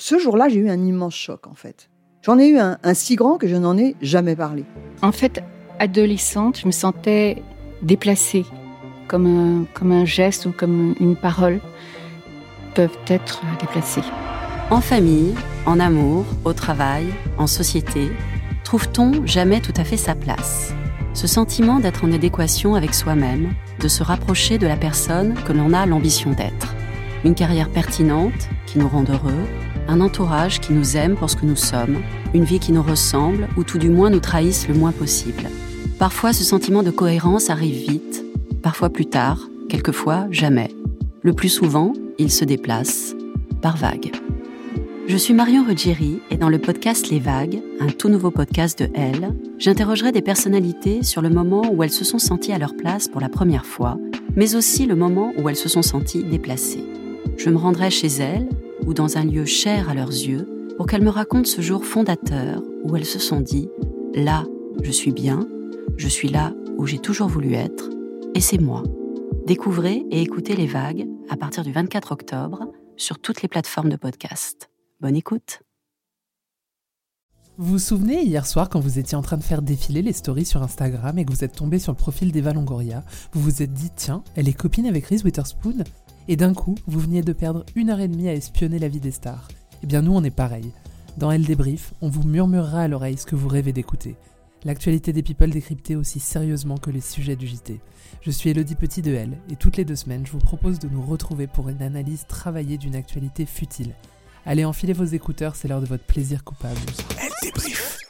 Ce jour-là, j'ai eu un immense choc, en fait. J'en ai eu un si grand que je n'en ai jamais parlé. En fait, adolescente, je me sentais déplacée, comme un geste ou comme une parole peuvent être déplacées. En famille, en amour, au travail, en société, trouve-t-on jamais tout à fait sa place ? Ce sentiment d'être en adéquation avec soi-même, de se rapprocher de la personne que l'on a l'ambition d'être. Une carrière pertinente qui nous rend heureux, un entourage qui nous aime pour ce que nous sommes, une vie qui nous ressemble ou tout du moins nous trahisse le moins possible. Parfois, ce sentiment de cohérence arrive vite, parfois plus tard, quelquefois jamais. Le plus souvent, il se déplace par vagues. Je suis Marion Ruggieri et dans le podcast Les Vagues, un tout nouveau podcast de Elle, j'interrogerai des personnalités sur le moment où elles se sont senties à leur place pour la première fois, mais aussi le moment où elles se sont senties déplacées. Je me rendrai chez elles ou dans un lieu cher à leurs yeux pour qu'elles me racontent ce jour fondateur où elles se sont dit « Là, je suis bien, je suis là où j'ai toujours voulu être, et c'est moi ». Découvrez et écoutez Les Vagues à partir du 24 octobre sur toutes les plateformes de podcast. Bonne écoute. Vous vous souvenez hier soir quand vous étiez en train de faire défiler les stories sur Instagram et que vous êtes tombé sur le profil d'Eva Longoria, vous vous êtes dit tiens, elle est copine avec Reese Witherspoon et d'un coup, vous veniez de perdre 1h30 à espionner la vie des stars. Eh bien nous on est pareil. Dans Elle Débrief, on vous murmurera à l'oreille ce que vous rêvez d'écouter. L'actualité des people décryptée aussi sérieusement que les sujets du JT. Je suis Elodie Petit de Elle et toutes les 2 semaines, je vous propose de nous retrouver pour une analyse travaillée d'une actualité futile. Allez, enfilez vos écouteurs, c'est l'heure de votre plaisir coupable. Elle Débrief.